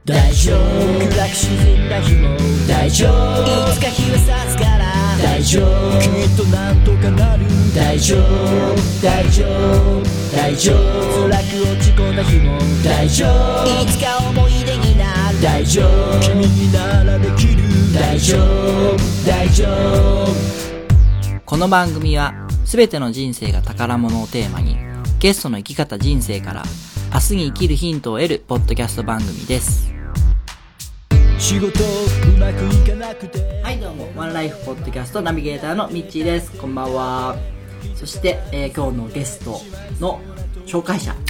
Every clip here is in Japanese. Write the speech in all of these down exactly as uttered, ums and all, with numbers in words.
大丈夫暗く沈んだ日も大丈夫いつか日は差すから大丈夫きっとなんとかなる大丈夫大丈夫大丈夫辛く落ち込んだ日も大丈夫いつか思い出になる大丈夫君にならできる大丈夫大丈夫。 この番組はすべての人生が宝物をテーマにゲストの生き方人生から明日に生きるヒントを得るポッドキャスト番組です。 仕事うまくいかなくてはいどうもワンライフポッドキャストナビゲーターのミッチーです。こんばんは。そして、えー、今日のゲストの紹介者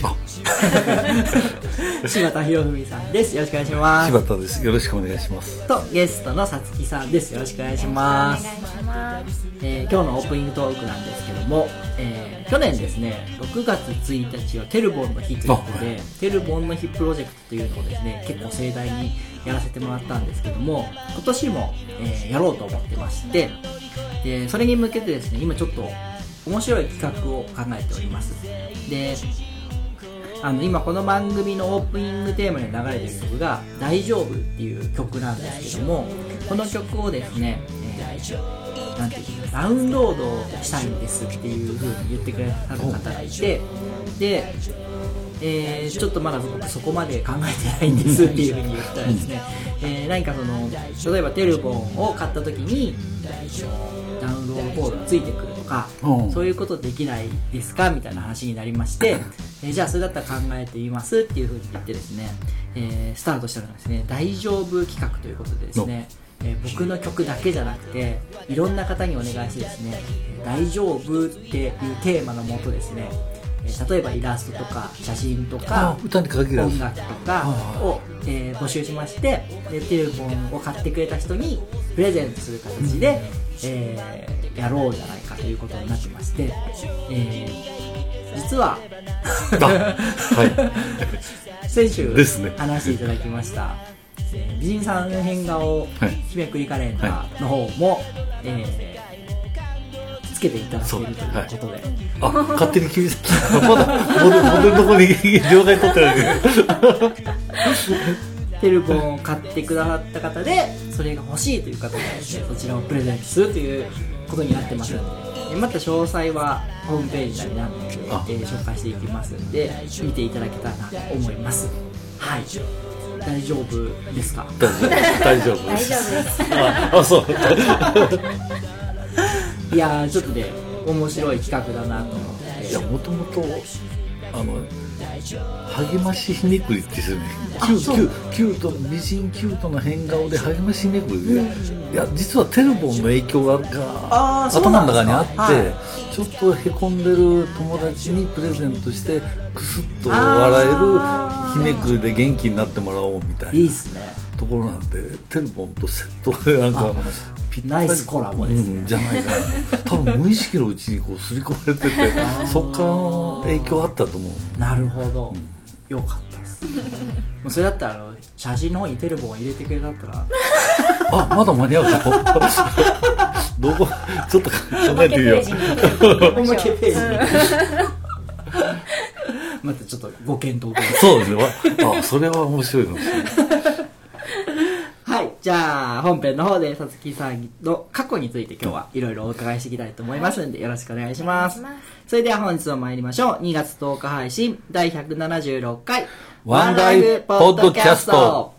柴田博文さんです。よろしくお願いします。 柴田です。よろしくお願いします。 とゲストのさつきさんです。よろしくお願いします。えー、今日のオープニングトークなんですけども、えー、去年ですねろくがつついたちはテルボンの日ということで、はい、テルボンの日プロジェクトというのをですね結構盛大にやらせてもらったんですけども、今年も、えー、やろうと思ってまして、でそれに向けてですね今ちょっと面白い企画を考えております。であの今この番組のオープニングテーマに流れている曲が大丈夫っていう曲なんですけども、この曲をですね、えー、なんていうかダウンロードしたいんですっていう風に言ってくれた方がいて、で、えー、ちょっとまだ僕そこまで考えてないんですっていう風に言ったらですね、えー、何かその例えばテルボンを買った時にダウンロードコードがついてくるとか、うん、そういうことできないですかみたいな話になりまして、えー、じゃあそれだったら考えてみますっていう風に言ってですね、えー、スタートしたのがですね大丈夫企画ということでですね、えー、僕の曲だけじゃなくていろんな方にお願いしてですね大丈夫っていうテーマのもとですね、例えばイラストとか写真とか歌に限らず音楽とかを、えー、募集しまして、でテルボンを買ってくれた人にプレゼントする形で、うんえー、やろうじゃないかということになってまして、えー、実ははい、先週話していただきました、ねえー、美人さんの変顔日めくりカレンダーの方も、はいえーつけていただけるということで、はい、 あ、勝手に決めたまだモデルのとこに了解取ってないけどテルボンを買ってくださった方でそれが欲しいという方にですねそちらをプレゼントするということになってますので、また詳細はホームページになって、えー、紹介していきますので見ていただけたらなと思います。はい、大丈夫ですか？ 大丈夫ですあ, あそういやーちょっとね面白い企画だなと思って、 いやもともとあの励ましひねくりってするね、キュー、キュート美人キュートな変顔で励ましひねくりで、いや実はテルボンの影響が頭の中にあって、はい、ちょっとへこんでる友達にプレゼントしてクスッと笑えるひねくりで元気になってもらおうみたいないいっすねところなんで、テルボンとセットでなんかナイスコラボですね、 うん、じゃないかな多分無意識のうちにこう刷り込まれててそっからの影響あったと思う。 なるほど、うん、よかったですもうそれだったらあの写真の方にテルボンを入れてくれたったらあ、まだ間に合うかどこちょっと考えてみようおまけページにまたちょっとご検討ください。 そうですね、あ、それは面白いかもしれないはい、じゃあ本編の方でさつきさんの過去について今日はいろいろお伺いしていきたいと思いますので、よろしくお願いします。それでは本日も参りましょう。にがつとおか配信だいひゃくななじゅうろっかいワンライフポッドキャスト。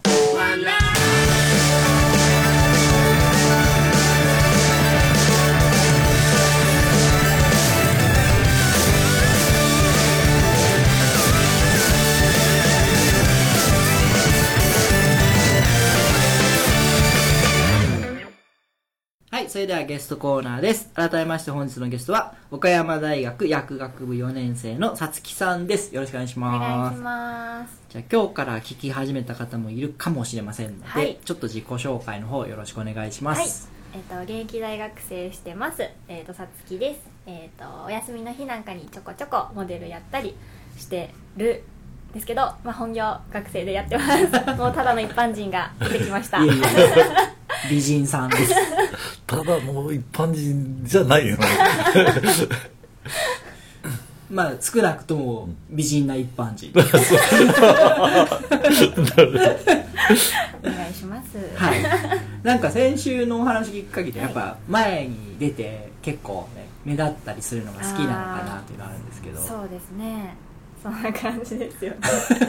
それではゲストコーナーです。改めまして本日のゲストは岡山大学薬学部よねん生のさつきさんです。よろしくお願いします。 お願いします。 じゃあ今日から聞き始めた方もいるかもしれませんので、はい、ちょっと自己紹介の方よろしくお願いします。 はい、えー、と現役大学生してます、えー、とさつきです。えー、とお休みの日なんかにちょこちょこモデルやったりしてるですけど、まあ、本業学生でやってますもうただの一般人が出てきましたいやいや美人さんですただの一般人じゃないよねまあ少なくとも美人な一般人お願いします。 はい。なんか先週のお話聞く限りやっぱ前に出て結構ね目立ったりするのが好きなのかなっていうのがあるんですけど。 そうですね、そんな感じですよね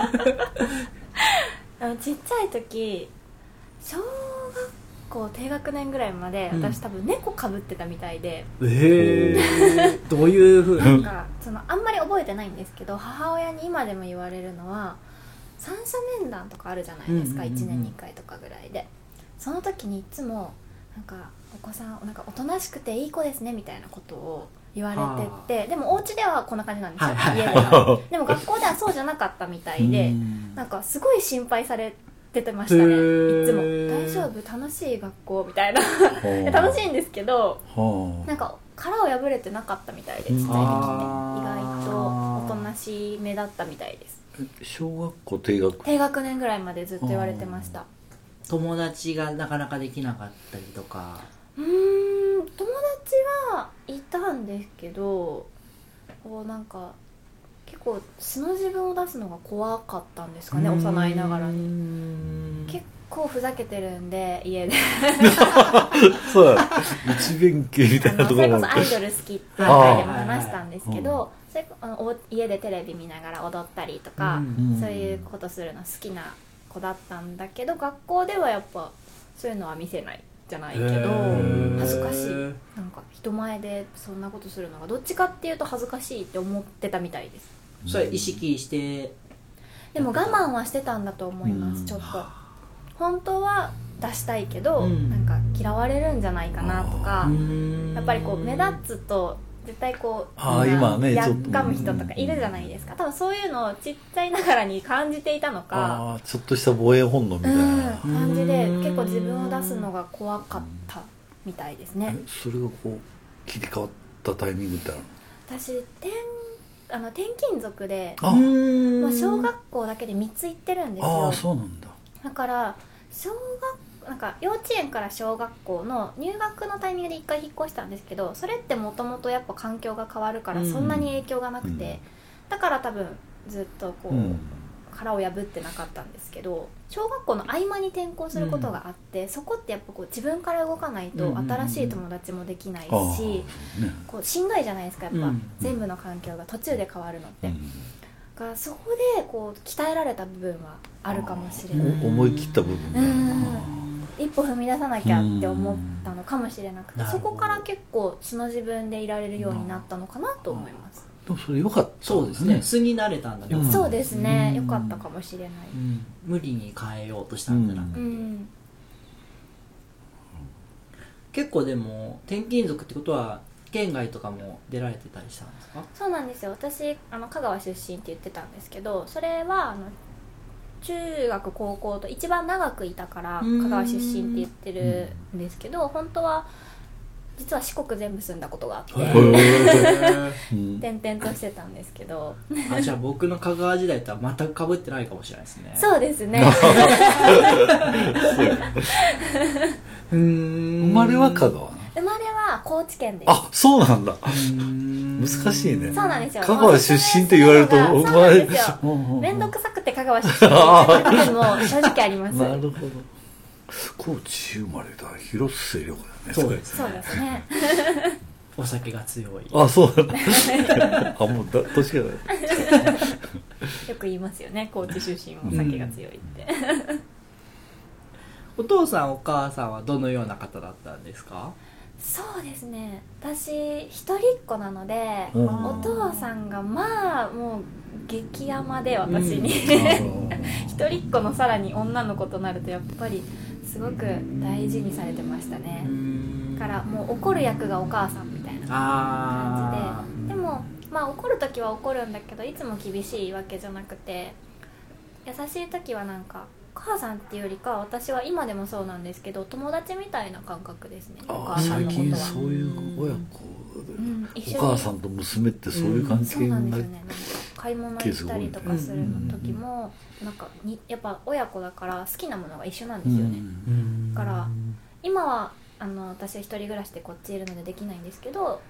あのちっちゃい時小学校低学年ぐらいまで私、うん、多分猫かぶってたみたいで、 えー、どういう風なんかそのあんまり覚えてないんですけど、母親に今でも言われるのは三者面談とかあるじゃないですか、うんうんうん、いちねんにいっかいとかぐらいで、その時にいつもなんかお子さんなんかおとなしくていい子ですねみたいなことを言われてって、でもお家ではこんな感じなんですよ、はい、家ではでも学校ではそうじゃなかったみたいでなんかすごい心配されてましたね。いつも大丈夫楽しい学校みたいな楽しいんですけどなんか殻を破れてなかったみたいで、ちっちゃい時って意外とおとなしめだったみたいです。 小学校低学低学年ぐらいまでずっと言われてました。 友達がなかなかできなかったりとか。 うーん友達はいたんですけどこうなんか結構素の自分を出すのが怖かったんですかね、幼いながらに。結構ふざけてるんで家でそうだ内弁慶みたいなところもそれこそアイドル好きって回でも話したんですけど、それあの家でテレビ見ながら踊ったりとか、うん、そういうことするの好きな子だったんだけど、学校ではやっぱそういうのは見せないじゃないけど恥ずかしい、なんか人前でそんなことするのがどっちかっていうと恥ずかしいって思ってたみたいです。 それ意識してでも我慢はしてたんだと思います、うん、ちょっと本当は出したいけど、うん、なんか嫌われるんじゃないかなとか、やっぱりこう目立つと絶対こうあ今、ね、 やっかむ人とかいるじゃないですか。多分そういうのをちっちゃいながらに感じていたのか、 あちょっとした防衛本能みたいな、 うん、感じで結構自分を出すのが怖かったみたいですね。 それがこう切り替わったタイミングってあるの？ 私転あの転勤族であ、まあ、小学校だけでみっつ行ってるんですよ。 あそうなんだ。 だから小学なんか幼稚園から小学校の入学のタイミングでいっかい引っ越したんですけど、それってもともとやっぱ環境が変わるからそんなに影響がなくて、うん、だから多分ずっとこう、うん、殻を破ってなかったんですけど、小学校の合間に転校することがあって、うん、そこってやっぱこう自分から動かないと新しい友達もできないし、うんうんうん、こうしんどいじゃないですかやっぱ、うん、全部の環境が途中で変わるのって、うん、だからそこでこう鍛えられた部分はあるかもしれない。 思い切った部分、 うん一歩踏み出さなきゃって思ったのかもしれなくて、そこから結構素の自分でいられるようになったのかなと思います。 でもそれ良かった、ね、 そうですね、素になれたんだね、 うん、そうですね、良かったかもしれない、 うん、無理に変えようとしたんじゃなくて、うん、結構でも転勤族ってことは県外とかも出られてたりしたんですか？ そうなんですよ、私あの香川出身って言ってたんですけど、それはあの中学高校と一番長くいたから香川出身って言ってるんですけど、本当は実は四国全部住んだことがあって転々としてたんですけどあじゃあ僕の香川時代とは全く被ってないかもしれないですね。 そうですねうーん生まれは香川？ 生まれは高知県です。 あそうなんだ。難しいね。 そうなんですよ、 香川出身って言われるとそうなんですよ面倒くさくて香川出身って言われたことも正直ありますなるほど。高知生まれだ広末涼子だよね。 そうですね、 そうですねお酒が強い。 あそうだあもうだ年がないよく言いますよね、高知出身はお酒が強いって、うん、 お父さんお母さんはどのような方だったんですか？ そうですね、私一人っ子なので、うん、お父さんがまあもう激甘で私に、うん、一人っ子のさらに女の子となるとやっぱりすごく大事にされてましたね。だからもう怒る役がお母さんみたいな感じで、でもまあ怒る時は怒るんだけどいつも厳しいわけじゃなくて、優しい時はなんかお母さんっていうよりか私は今でもそうなんですけど友達みたいな感覚ですね。お母さんのことは最近そういう親子で、うん、お母さんと娘ってそういう関係になる、うん、そうなんですよね。なんか買い物行ったりとかする時もなんかにやっぱ親子だから好きなものが一緒なんですよね、うん、だから今はあの私は一人暮らしでこっちいるのでできないんですけど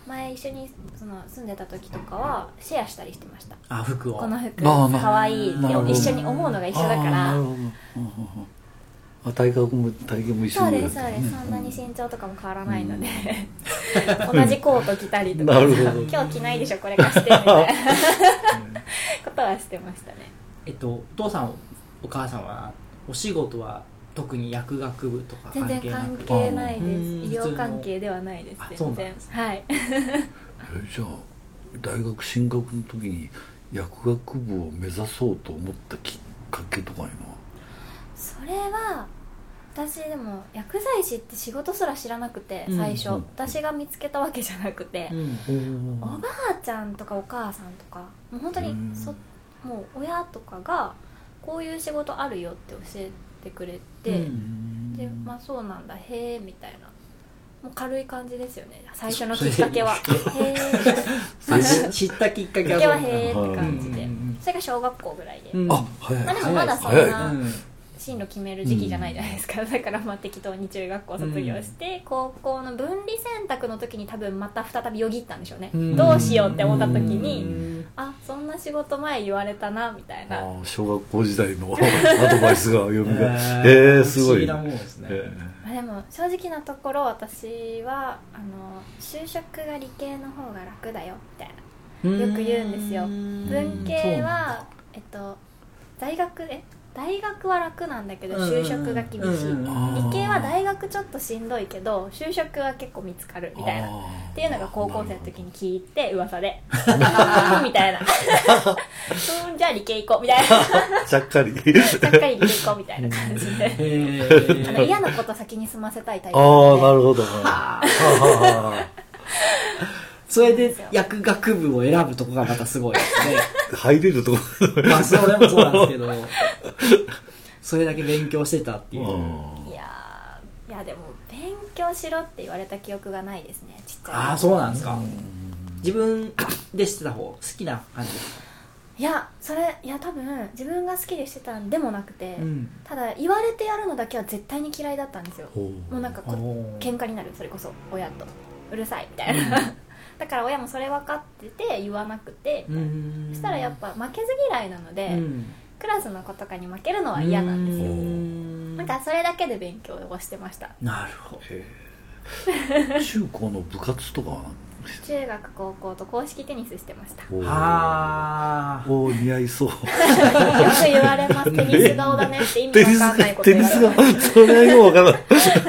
前一緒にその住んでた時とかはシェアしたりしてました。 あ、服をこの服あーかわいいってなるほど一緒に思うのが一緒だからあーなるほど、うんうんうん、あ体格も体型も一緒そうぐらいですそうです、 ねそんなに身長とかも変わらないので、同じコート着たりとかなるほど今日着ないでしょこれ貸してみたいなことはしてましたね。 えっとお父さんお母さんはお仕事は特に薬学部とか全然関係なく関係ないです。 うん医療関係ではないです。 あそうなん全然ですはいえじゃあ大学進学の時に薬学部を目指そうと思ったきっかけとかいうのは？ それは私でも薬剤師って仕事すら知らなくて最初、 うん私が見つけたわけじゃなくて、 うんおばあちゃんとかお母さんとかもう本当にそ、もう親とかがこういう仕事あるよって教えてくれて、 うんでまあそうなんだへえみたいな、もう軽い感じですよね最初のきっかけは。へえみたいなあ知ったきっかけはきっかけはへえって感じで、 うんそれが小学校ぐらいで、 うんあ早いまあでもまだそん早いなうん進路決める時期じゃないじゃないですか、だからまあ適当に中学校卒業して、高校の分離選択の時に多分また再びよぎったんでしょうね、 うんどうしようって思った時うに、 んあそんな仕事前言われたなみたいな。 あー小学校時代のアドバイスが読みがええー、すごい不思議なもんですね、 えまあでも正直なところ私はあの就職が理系の方が楽だよみたいなよく言うんですよ。文系はえっと大学え大学は楽なんだけど就職が厳しい、 うんうんうん理系は大学ちょっとしんどいけど就職は結構見つかるみたいなっていうのが高校生の時に聞いて噂であーみたいなうんじゃあ理系行こうみたいなー、ちゃっかりちゃっかり理系行こうみたいな感じでへあの嫌なこと先に済ませたいタイプああなるほほどはあそれで薬学部を選ぶとこがまたすごいですね入れるとこまあそれもそうなんですけどそれだけ勉強してたっていう、 うんいやーいやでも勉強しろって言われた記憶がないですねちっちゃいああそうなんですか、自分でしてた方好きな感じですか？ いやそれいや多分自分が好きでしてたんでもなくて、 うんただ言われてやるのだけは絶対に嫌いだったんですよ。 ほうもうなんかこおー喧嘩になる、それこそ親とうるさいみたいなだから親もそれ分かってて言わなくて、 うんそしたらやっぱ負けず嫌いなので、 うんクラスの子とかに負けるのは嫌なんですよ。 うんなんかそれだけで勉強をしてました。 なるほどへえ中高の部活とかは中学高校と公式テニスしてましたよおーはあおー似合いそうく言われますテニス顔だねって意味わテニスかんないことテニス言われますがそれはようわからない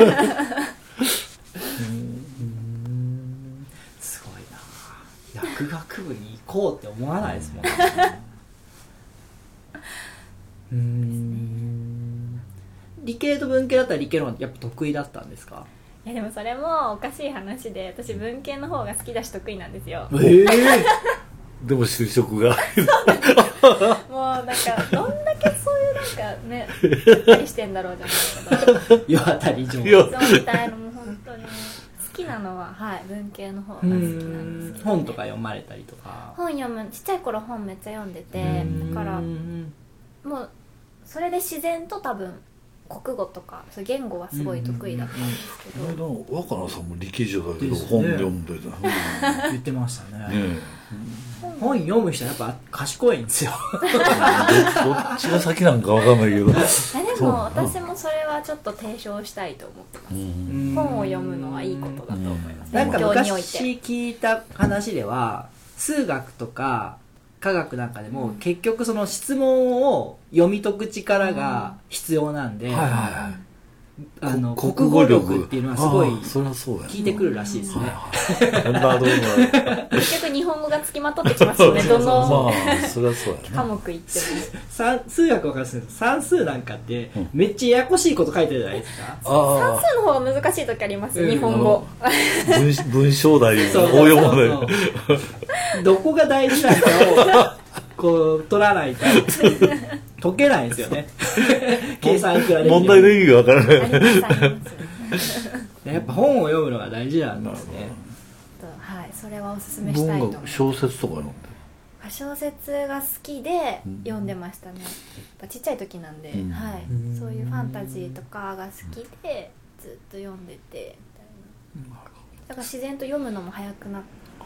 すごいな薬学部に行こうって思わないですもんねうーん理系と文系だったら理系の方がやっぱ得意だったんですか？ いやでもそれもおかしい話で私文系の方が好きだし得意なんですよ。 ええでも就職がもうなんかどんだけそういうなんかねやったりしてんだろうじゃないけど世当たり上いやそうみたいのも本当に好きなのははい文系の方が好きなんですけど、ね、 本とか読まれたりとか本読むちっちゃい頃本めっちゃ読んでてだからうんもうそれで自然と多分国語とかそういう言語はすごい得意だったんですけど、 この間若菜さんも理系女だけどですね本読んでた、 言ってましたねね本読む人はやっぱ賢いんですよえどどっちが先なんかわかんないけどいやでそうも私もそれはちょっと提唱したいと思ってます。 うん本を読むのはいいことだと思います。 なんか勉強におい昔て。 聞いた話では数学とか科学なんかでも結局その質問を読み解く力が必要なんで、 はいはいはいあのこ国語力っていうのはすごいああそりゃそうや効いてくるらしいですね、 はいなるほど結局日本語がつきまとってきますよね。どのまあそりゃそうや科な目言っても。 算数学わかるんですけど算数なんかってめっちゃややこしいこと書いてるじゃないですか、 あ算数の方が難しい時あります。 うん日本語。 あ文文章題そう応用までそうどこが大事なのかをこう取らないと解けないんですよね計算いくらできても問題の意味がわからないありますあります。 やっぱ本を読むのが大事なんですねとはい、それはおすすめしたいと文思います。 学小説とか読んで小説が好きで読んでましたね。やっぱちっちゃい時なんで、 うんはい、 うんそういうファンタジーとかが好きでずっと読んでてみたいな。だから自然と読むのも早くなっ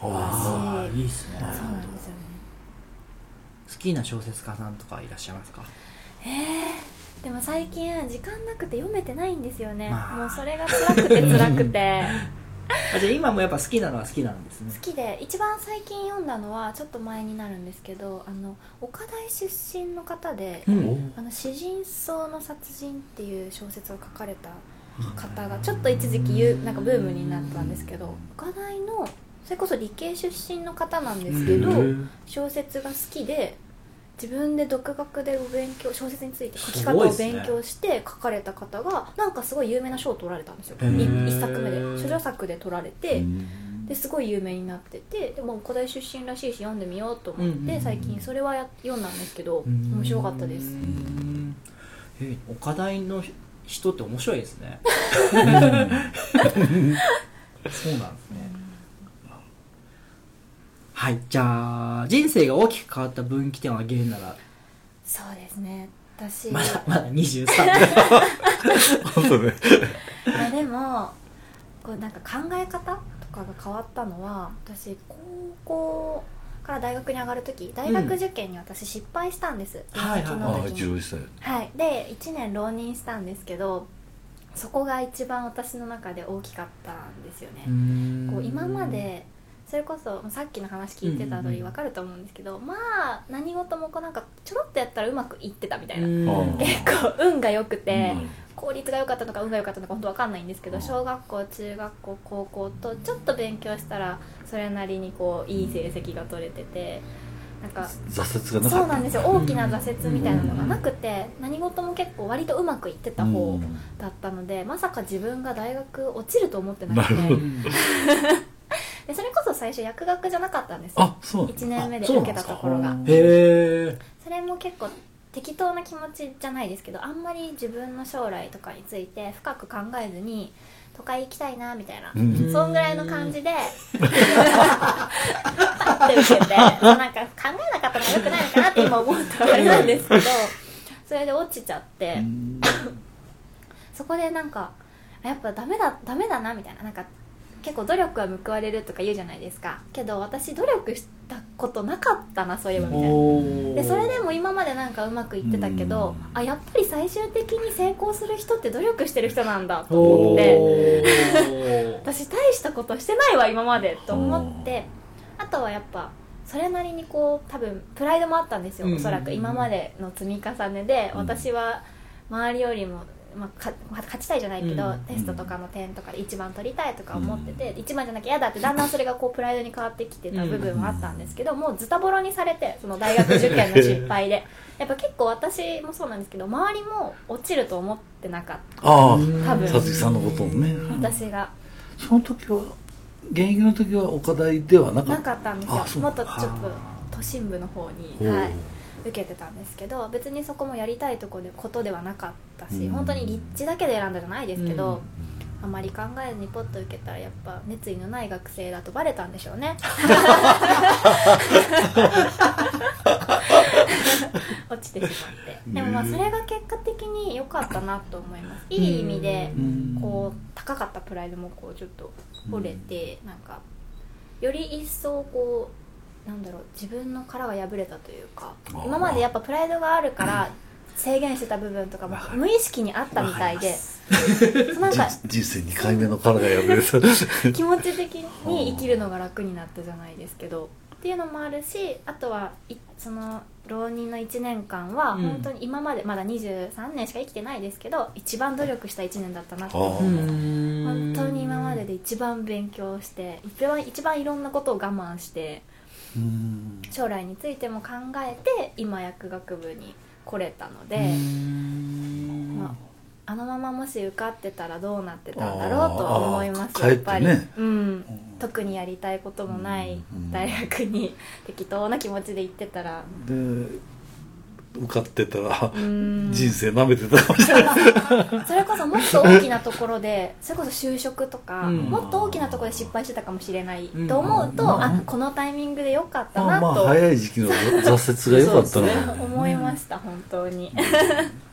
ああいいっすね。 そうなんですよね。 好きな小説家さんとかいらっしゃいますか？ えー、でも最近時間なくて読めてないんですよね、 まあ、 もうそれが辛くて辛くてあ、じゃあ今もやっぱ好きなのは好きなんですね。 好きで一番最近読んだのはちょっと前になるんですけど、あの岡大出身の方で、 うん、 あの詩人草の殺人っていう小説を書かれた方がちょっと一時期ゆなんかブームになったんですけど、岡大のそれこそ理系出身の方なんですけど、小説が好きで自分で独学でお勉強、小説について書き方を勉強して書かれた方がなんかすごい有名な賞を取られたんですよ。一作目で処女作で取られて、ですごい有名になってて、でも古代出身らしいし読んでみようと思って最近それはや読んだんですけど面白かったです。 え岡大の人って面白いですねそうなんですね。はい、じゃあ人生が大きく変わった分岐点を挙げるなら？ そうですね、私まだまだにじゅうさんで本当ねいやでもこうなんか考え方とかが変わったのは、私高校から大学に上がるとき大学受験に私失敗したんです、うん、 はいはいああ一浪したよ、 はい、でいちねん浪人したんですけど、そこが一番私の中で大きかったんですよね。こう今までそれこそさっきの話聞いてた通り分かると思うんですけど、まあ何事もこうなんかちょろっとやったらうまくいってたみたいな、結構運が良くて、効率が良かったのか運が良かったのか本当分かんないんですけど、小学校中学校高校とちょっと勉強したらそれなりにこういい成績が取れてて、なんか挫折がなかった。 そうなんですよ、大きな挫折みたいなのがなくて、何事も結構割とうまくいってた方だったので、まさか自分が大学落ちると思ってなくてでそれこそ最初薬学じゃなかったんですよ。 あ、そういちねんめで受けたところが。 へえ。 それも結構適当な気持ちじゃないですけど、あんまり自分の将来とかについて深く考えずに都会行きたいなみたいな、うん、そんぐらいの感じでパッて受けて、なんか考えなかったのが良くないのかなって今思うとあれなんですけど、それで落ちちゃってそこでなんかやっぱダメだダメだなみたいな、なんか結構努力は報われるとか言うじゃないですか。けど私努力したことなかったなそういえばみたいな。でそれでも今までなんかうまくいってたけど、あやっぱり最終的に成功する人って努力してる人なんだと思って私大したことしてないわ今までと思って、あとはやっぱそれなりにこう多分プライドもあったんですよ、おそらく今までの積み重ねで私は周りよりもまあ、か勝ちたいじゃないけど、うん、テストとかの点とかで一番取りたいとか思ってて、うん、一番じゃなきゃ嫌だってだんだんそれがこうプライドに変わってきてた部分はあったんですけど、うん、もうズタボロにされてその大学受験の失敗でやっぱ結構私もそうなんですけど周りも落ちると思ってなかった。ああ、多分さつきさんのことをね、 私がその時は現役の時は岡大ではなかったなかったんですよ。もっとちょっと都心部の方に、はい、受けてたんですけど、別にそこもやりたいとこでことではなかったし、うん、本当に立地だけで選んだじゃないですけど、うん、あまり考えずにポッと受けたらやっぱ熱意のない学生だとバレたんでしょうね落ちてしまって。でもまあそれが結果的に良かったなと思います。いい意味でこう高かったプライドもこうちょっと折れて、なんかより一層こうなんだろう、自分の殻が破れたというか、今までやっぱプライドがあるから制限してた部分とかも無意識にあったみたいでなんか人生にかいめの殻が破れた気持ち的に生きるのが楽になったじゃないですけどっていうのもあるし、あとはその浪人のいちねんかんは本当に今までまだにじゅうさんねんしか生きてないですけど一番努力したいちねんだったなって思って、本当に今までで一番勉強して一番一番いろんなことを我慢して将来についても考えて今薬学部に来れたので、まあ、あのままもし受かってたらどうなってたんだろうとは思います。やっぱり、ね、うん、特にやりたいこともない大学に適当な気持ちで行ってたらで受かってたら人生舐めてたかもしれないそれこそもっと大きなところでそれこそ就職とか、うん、もっと大きなところで失敗してたかもしれないと思うと、うん、あこのタイミングで良かったなと、 まあまあ早い時期の挫折が良かったな、ね、 思いました本当に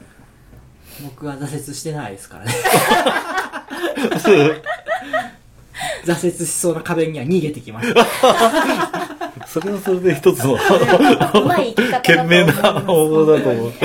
僕は挫折してないですからね挫折しそうな壁には逃げてきました。 それはそれで一つのうまい生き方だと思います。 賢明な方法だと思う。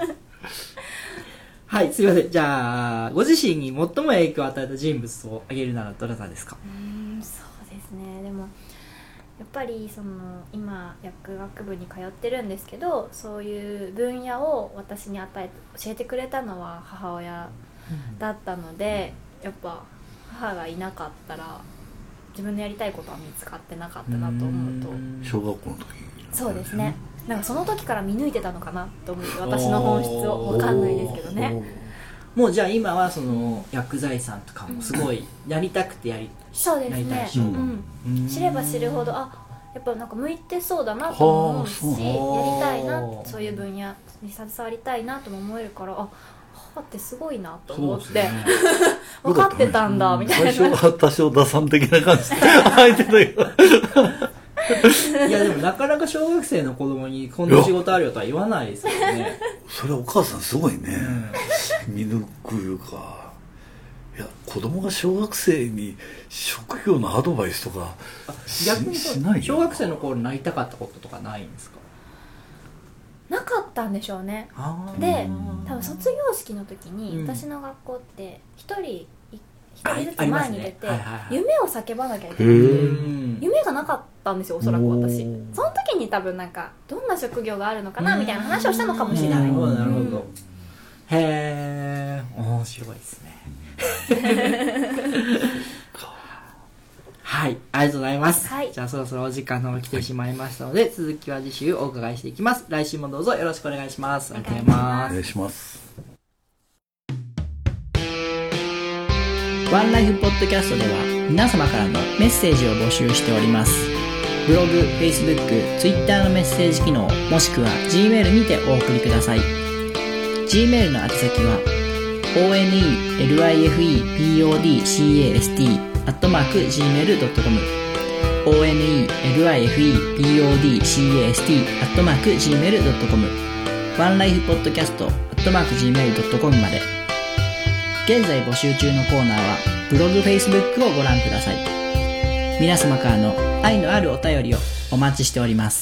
はい、すいません。じゃあ、ご自身に最も影響を与えた人物を挙げるならどなたですか？ うーん、そうですね。でもやっぱりその今薬学部に通ってるんですけど、そういう分野を私に与え教えてくれたのは母親だったので、やっぱ母がいなかったら自分のやりたいことは見つかってなかったなと思うと。 小学校の時。 そうですね。なんかその時から見抜いてたのかなと思って、私の本質を。分かんないですけどね。 もうじゃあ今はその薬剤師さんとかもすごいやりたくてやり、 そうですね、うんうん、知れば知るほどあやっぱなんか向いてそうだなと思うし、やりたいな、そういう分野に携わりたいなとも思えるから、あ母ってすごいなと思って、ね、分かってたんだみたいな。 最初は多少打算的な感じで入ってたけどいやでもなかなか小学生の子供にこんな仕事あるよとは言わないですよね。 それはお母さんすごいね、うん、見抜くいうか、いや子供が小学生に職業のアドバイスとか逆にしないよ。 小学生の頃なりたかったこととかないんですか？ なかったんでしょうね。で多分卒業式の時に、うん、私の学校って一人一人ずつ前に出て、ねはいはいはい、夢を叫ばなきゃいけなくて、夢がなかったんですよおそらく私。その時に多分なんかどんな職業があるのかなみたいな話をしたのかもしれない。なるほどなるほど。 へー面白いですね。はい、ありがとうございます、はい、じゃあそろそろお時間が来てしまいましたので、はい、続きは次週お伺いしていきます。来週もどうぞよろしくお願いします。ありがとうございます。 お願いします。 ワンライフポッドキャストでは皆様からのメッセージを募集しております。ブログ、Facebook、Twitter のメッセージ機能、もしくは Gmail にてお送りください。Gmail の宛先は オーエヌイーエルアイエフイーピーオーディーシーエーエスティー アットマーク ジーメールドットコム オーエヌイーエルアイエフイーピーオーディーシーエーエスティー アットマーク ジーメールドットコム ワンライフポッドキャストアットマーク ジーメールドットコム まで。現在募集中のコーナーはブログ、Facebook をご覧ください。皆様からの愛のあるお便りをお待ちしております。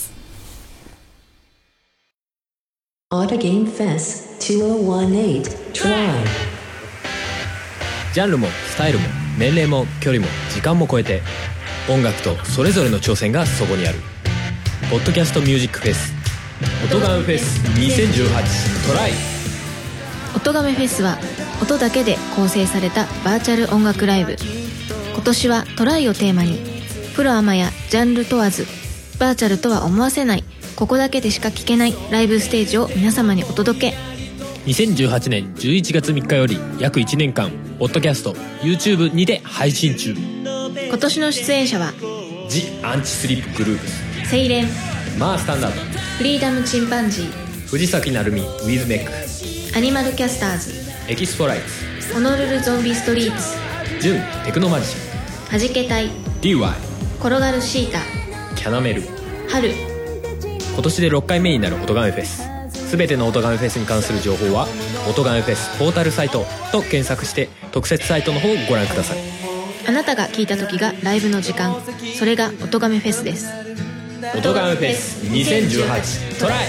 オトゲームフェスにせんじゅうはち Try。 ジャンルもスタイルも年齢も距離も時間も超えて、音楽とそれぞれの挑戦がそこにある。ポッドキャストミュージックフェスオトガメフェスにせんじゅうはちトライ。 オトガメフェスは音だけで構成されたバーチャル音楽ライブ。今年はトライをテーマに、プロアマやジャンル問わず、バーチャルとは思わせない、ここだけでしか聴けないライブステージを皆様にお届け。 にせんじゅうはちねんじゅういちがつみっかより約いちねんかんポッドキャスト YouTube にて配信中。 今年の出演者はジ・アンチスリップグループス、 セイレン、 マースタンダード、 フリーダムチンパンジー、 藤崎鳴海ウィズメック、 アニマルキャスターズ、 エキスポライツ、 ホノルルゾンビストリーツ、 ジュンテクノマジシはじけたい、 ディーワイ、 転がるシータ、 キャナメル、 春。 今年でろっかいめになる音ガメフェス。すべての音ガメフェスに関する情報は音ガメフェスポータルサイトと検索して特設サイトの方をご覧ください。 あなたが聴いた時がライブの時間、それが音ガメフェスです。 音ガメフェスにせんじゅうはちトライ。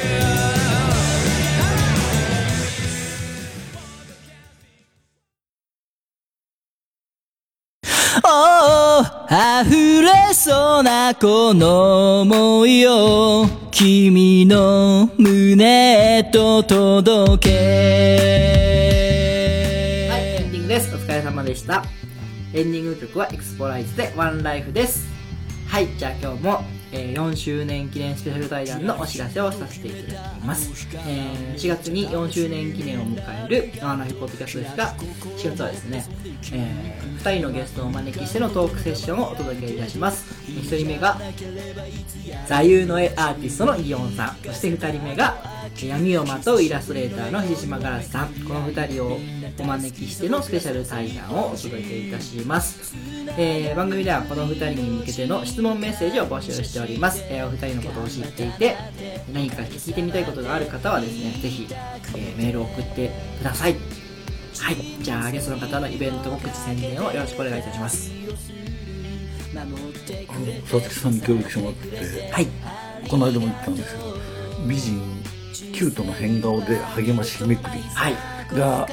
おー、溢れそうなこの想いを君の胸へと届け。 はい、エンディングです。お疲れ様でした。エンディング曲はエクスポライズでワンライフです。はい、じゃあ今日も、えー、よんしゅうねん記念スペシャル対談のお知らせをさせていただきます。えー、しがつによんしゅうねん記念を迎えるワンライフポッドキャストですが、しがつはですね、えー、ふたりのゲストをお招きしてのトークセッションをお届けいたします。ひとりめが座右の絵アーティストのイオンさん、そしてふたりめが闇をまとうイラストレーターの藤島ガラスさん。このふたりをお招きしてのスペシャル対談をお届けいたします。えー、番組ではこのふたりに向けての質問メッセージを募集しております。えー、おふたりのことを知っていて何か聞いてみたいことがある方はですね、ぜひ、えー、メールを送ってください。 はい、じゃあゲストの方のイベント告知宣伝をよろしくお願いいたします。 あのさつきさんに協力してもらってて、 はい、 この間も言ったんですけど、美人キュートの変顔で励ましめくりが、はい、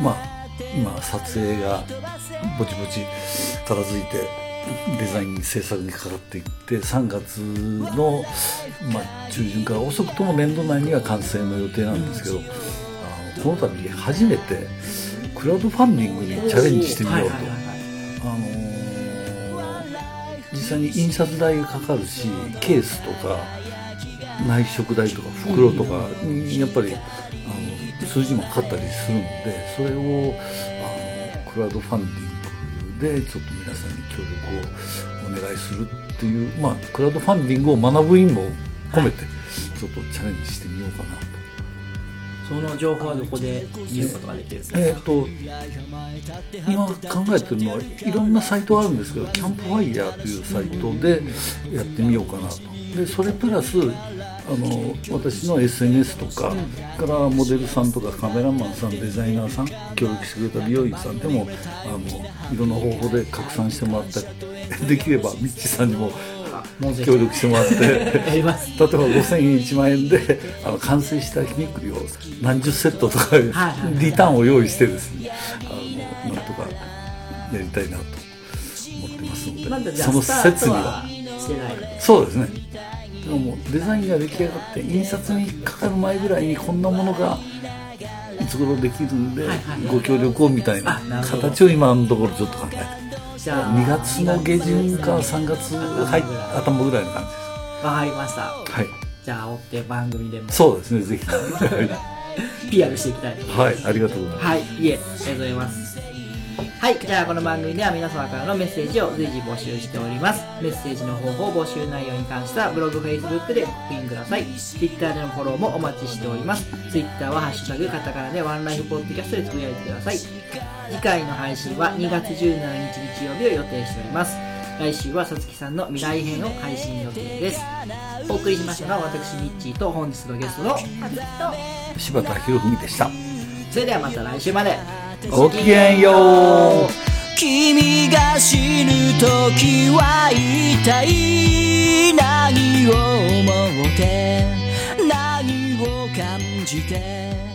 まあ今撮影がぼちぼち片付いてデザイン制作にかかっていってさんがつの、まあ、中旬から遅くとも年度内には完成の予定なんですけど、あのこの度初めてクラウドファンディングにチャレンジしてみようと。あのー実際に印刷代がかかるし、ケースとか内職代とか袋とかにやっぱりあの数字もかかったりするんで、それをあのクラウドファンディングでちょっと皆さんに協力をお願いするっていう、まあクラウドファンディングを学ぶ意味も込めてちょっとチャレンジしてみようかなと。 その情報はどこで見ることができるんですか？ えー、と今考えてるのはいろんなサイトあるんですけど、キャンプファイヤーというサイトでやってみようかなと。でそれプラスあの私の エスエヌエス とか、うん、からモデルさんとかカメラマンさん、デザイナーさん、協力してくれた美容院さんでもあのいろんな方法で拡散してもらったり、できればミッチさんにも協力してもらって例えばごせんえんいちまんえんであの完成した日めくりを何十セットとかリターンを用意してですね、あのなんとかやりたいなと思ってますので、その説にはそうですね。でももうデザインが出来上がって印刷にかかる前ぐらいにこんなものがいつ頃できるんでご協力をみたいな形を今のところちょっと考えて、にがつの下旬かさんがつ入頭ぐらいの感じです。 わかりました。 はい。 じゃあ追って番組でもそうですね、ぜひピーアール していきたいと思います。 はい、ありがとうございます。 はい、いえ、ありがとうございます。はい、じゃあこの番組では皆様からのメッセージを随時募集しております。メッセージの方法、募集内容に関してはブログ、Facebook でご確認ください。Twitter でのフォローもお待ちしております。Twitter はハッシュタグカタカナでワンライフポッドキャストでつぶやいてください。次回の配信はにがつじゅうしちにち日曜日を予定しております。来週はさつきさんの未来編を配信予定です。お送りしましたのは私ミッチーと本日のゲストの柴田博文でした。 それではまた来週までごきげんよう。 君が死ぬ時は一体何を思って何を感じて